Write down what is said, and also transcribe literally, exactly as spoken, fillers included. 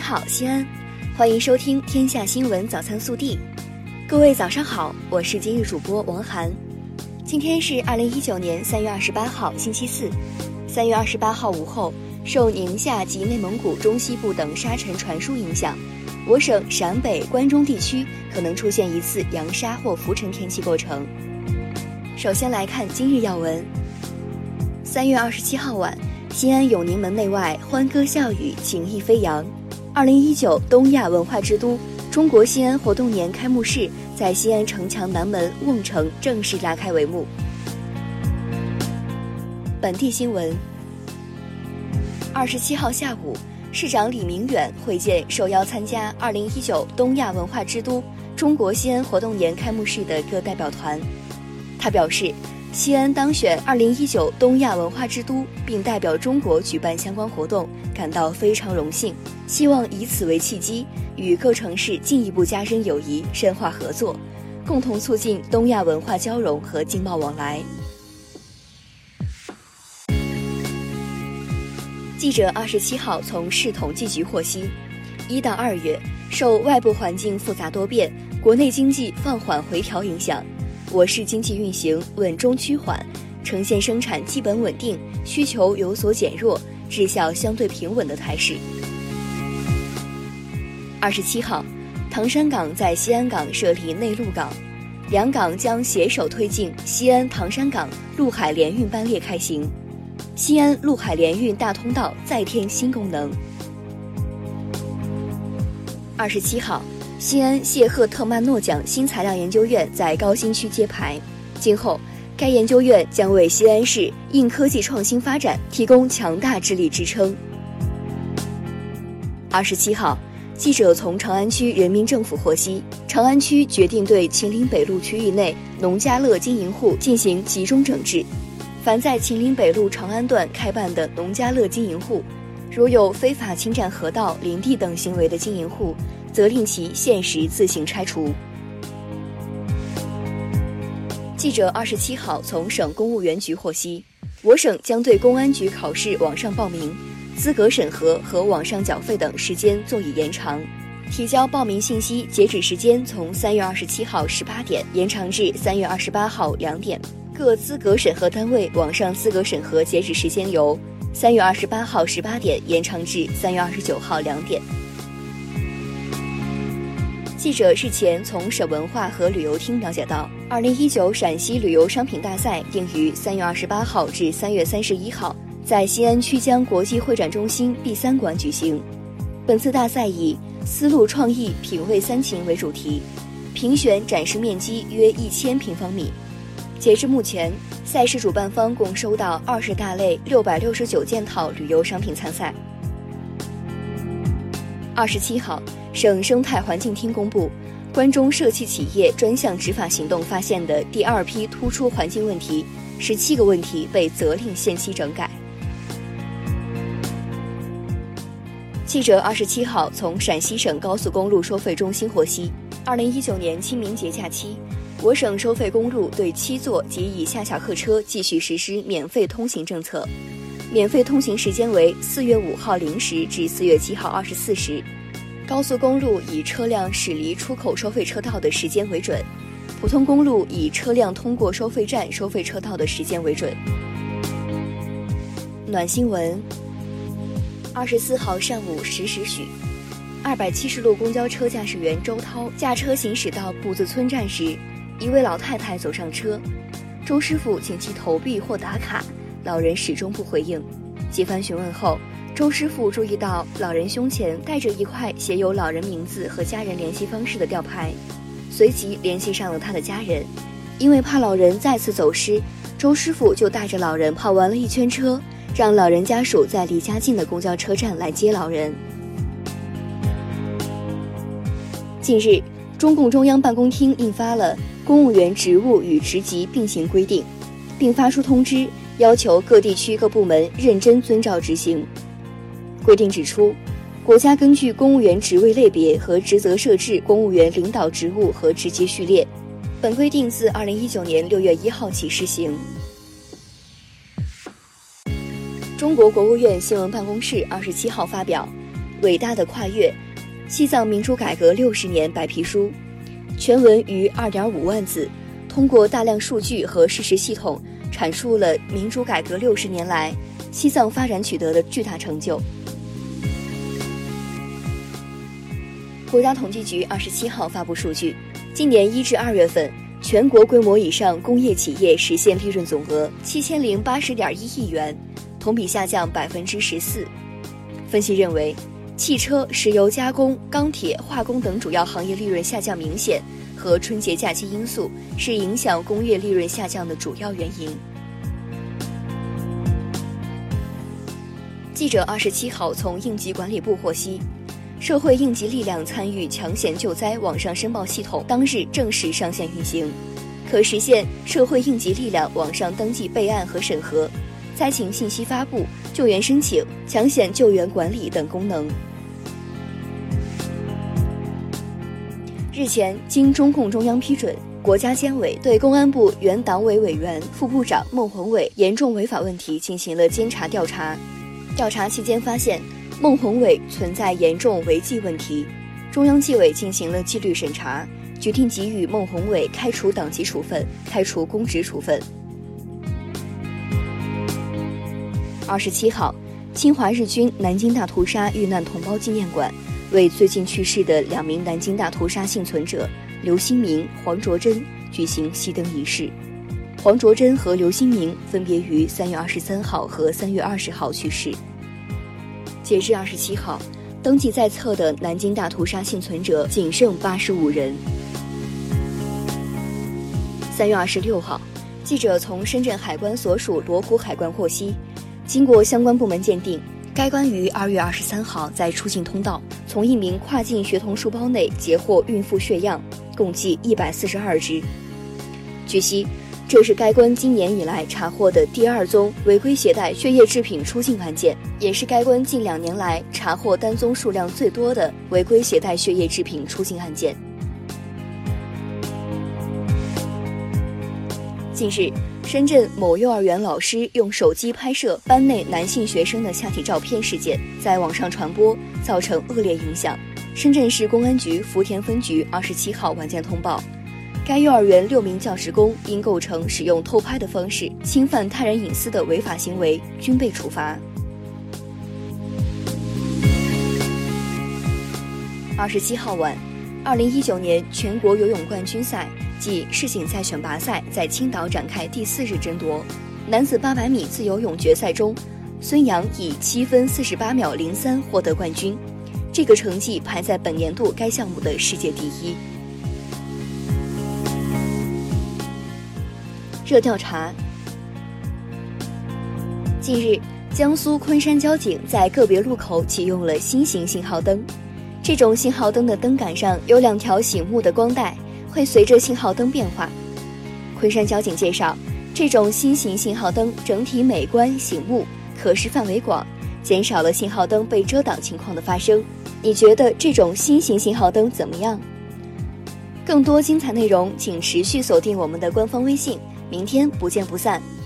好，西安，欢迎收听天下新闻早餐速递。各位早上好，我是今日主播王涵。今天是二零一九年三月二十八号，星期四。三月二十八号午后，受宁夏及内蒙古中西部等沙尘传输影响，我省陕北、关中地区可能出现一次扬沙或浮尘天气构成。首先来看今日要闻。三月二十七号晚，西安永宁门内外欢歌笑语，情意飞扬。二零一九东亚文化之都中国西安活动年开幕式在西安城墙南门瓮城正式拉开帷幕。本地新闻。二十七号下午，市长李明远会见受邀参加二零一九东亚文化之都中国西安活动年开幕式的各代表团。他表示，西安当选二零一九东亚文化之都，并代表中国举办相关活动，感到非常荣幸，希望以此为契机，与各城市进一步加深友谊，深化合作，共同促进东亚文化交融和经贸往来。记者二十七号从市统计局获悉，一到二月，受外部环境复杂多变、国内经济放缓回调影响，我市经济运行稳中趋缓，呈现生产基本稳定、需求有所减弱、质效相对平稳的态势。二十七号，唐山港在西安港设立内陆港，两港将携手推进西安唐山港陆海联运班列开行，西安陆海联运大通道再添新功能。二十七号，西安谢赫特曼诺奖新材料研究院在高新区揭牌，今后该研究院将为西安市硬科技创新发展提供强大之力支撑。二十七号，记者从长安区人民政府获悉，长安区决定对秦岭北路区域内农家乐经营户进行集中整治，凡在秦岭北路长安段开办的农家乐经营户，如有非法侵占河道、林地等行为的经营户，责令其限时自行拆除。记者二十七号从省公务员局获悉，我省将对公安局考试网上报名、资格审核和网上缴费等时间做以延长，提交报名信息截止时间从三月二十七号十八点延长至三月二十八号两点。各资格审核单位网上资格审核截止时间由三月二十八号十八点延长至三月二十九号两点。记者日前从省文化和旅游厅了解到，二零一九陕西旅游商品大赛定于三月二十八号至三月三十一号在西安曲江国际会展中心 B 三馆举行。本次大赛以丝路创意品味三秦为主题，评选展示面积约一千平方米。截至目前，赛事主办方共收到二十大类六百六十九件套旅游商品参赛。二十七号，省生态环境厅公布，关中社企企业专项执法行动发现的第二批突出环境问题，十七个问题被责令限期整改。记者二十七号从陕西省高速公路收费中心获悉，二零一九年清明节假期，我省收费公路对七座及以下小客车继续实施免费通行政策，免费通行时间为四月五号零时至四月七号二十四时。高速公路以车辆驶离出口收费车道的时间为准，普通公路以车辆通过收费站收费车道的时间为准。暖新闻。二十四号上午十时许，二百七十路公交车驾驶员周涛驾车行驶到卜子村站时，一位老太太走上车，周师傅请其投币或打卡，老人始终不回应。几番询问后，周师傅注意到老人胸前带着一块写有老人名字和家人联系方式的吊牌，随即联系上了他的家人。因为怕老人再次走失，周师傅就带着老人跑完了一圈车，让老人家属在离家近的公交车站来接老人。近日，中共中央办公厅印发了《公务员职务与职级并行规定》，并发出通知，要求各地区各部门认真遵照执行。规定指出，国家根据公务员职位类别和职责设置公务员领导职务和职级序列。本规定自二零一九年六月一号起施行。中国国务院新闻办公室二十七号发表伟大的跨越：西藏民主改革六十年白皮书，全文逾 二点五万字，通过大量数据和事实系统阐述了民主改革六十年来西藏发展取得的巨大成就。国家统计局二十七号发布数据，今年一至二月份，全国规模以上工业企业实现利润总额七千零八十点一亿元，同比下降百分之十四。分析认为，汽车、石油加工、钢铁、化工等主要行业利润下降明显，和春节假期因素是影响工业利润下降的主要原因。记者二十七号从应急管理部获悉，社会应急力量参与抢险救灾网上申报系统当日正式上线运行，可实现社会应急力量网上登记备案和审核、灾情信息发布、救援申请、抢险救援管理等功能。日前，经中共中央批准，国家监委对公安部原党委委员、副部长孟宏伟严重违法问题进行了监察调查。调查期间发现，孟宏伟存在严重违纪问题，中央纪委进行了纪律审查，决定给予孟宏伟开除党籍处分、开除公职处分。二十七号，侵华日军南京大屠杀遇难同胞纪念馆为最近去世的两名南京大屠杀幸存者刘新明、黄卓珍举行熄灯仪式。黄卓珍和刘新明分别于三月二十三号和三月二十号去世。截至二十七号，登记在册的南京大屠杀幸存者仅剩八十五人。三月二十六号，记者从深圳海关所属罗湖海关获悉，经过相关部门鉴定，该关于二月二十三号在出境通道从一名跨境学童书包内截获孕妇血样，共计一百四十二只。据悉，这是该关今年以来查获的第二宗违规携带血液制品出境案件，也是该关近两年来查获单宗数量最多的违规携带血液制品出境案件。近日，深圳某幼儿园老师用手机拍摄班内男性学生的下体照片事件在网上传播，造成恶劣影响。深圳市公安局福田分局二十七号晚间通报，该幼儿园六名教职工因构成使用偷拍的方式侵犯他人隐私的违法行为，均被处罚。二十七号晚，二零一九年全国游泳冠军赛暨世锦赛选拔赛在青岛展开第四日争夺。男子八百米自由泳决赛中，孙杨以七分四十八秒零三获得冠军，这个成绩排在本年度该项目的世界第一。热调查。近日，江苏昆山交警在个别路口启用了新型信号灯。这种信号灯的灯杆上有两条醒目的光带，会随着信号灯变化。昆山交警介绍，这种新型信号灯整体美观醒目，可视范围广，减少了信号灯被遮挡情况的发生。你觉得这种新型信号灯怎么样？更多精彩内容请持续锁定我们的官方微信，明天不见不散。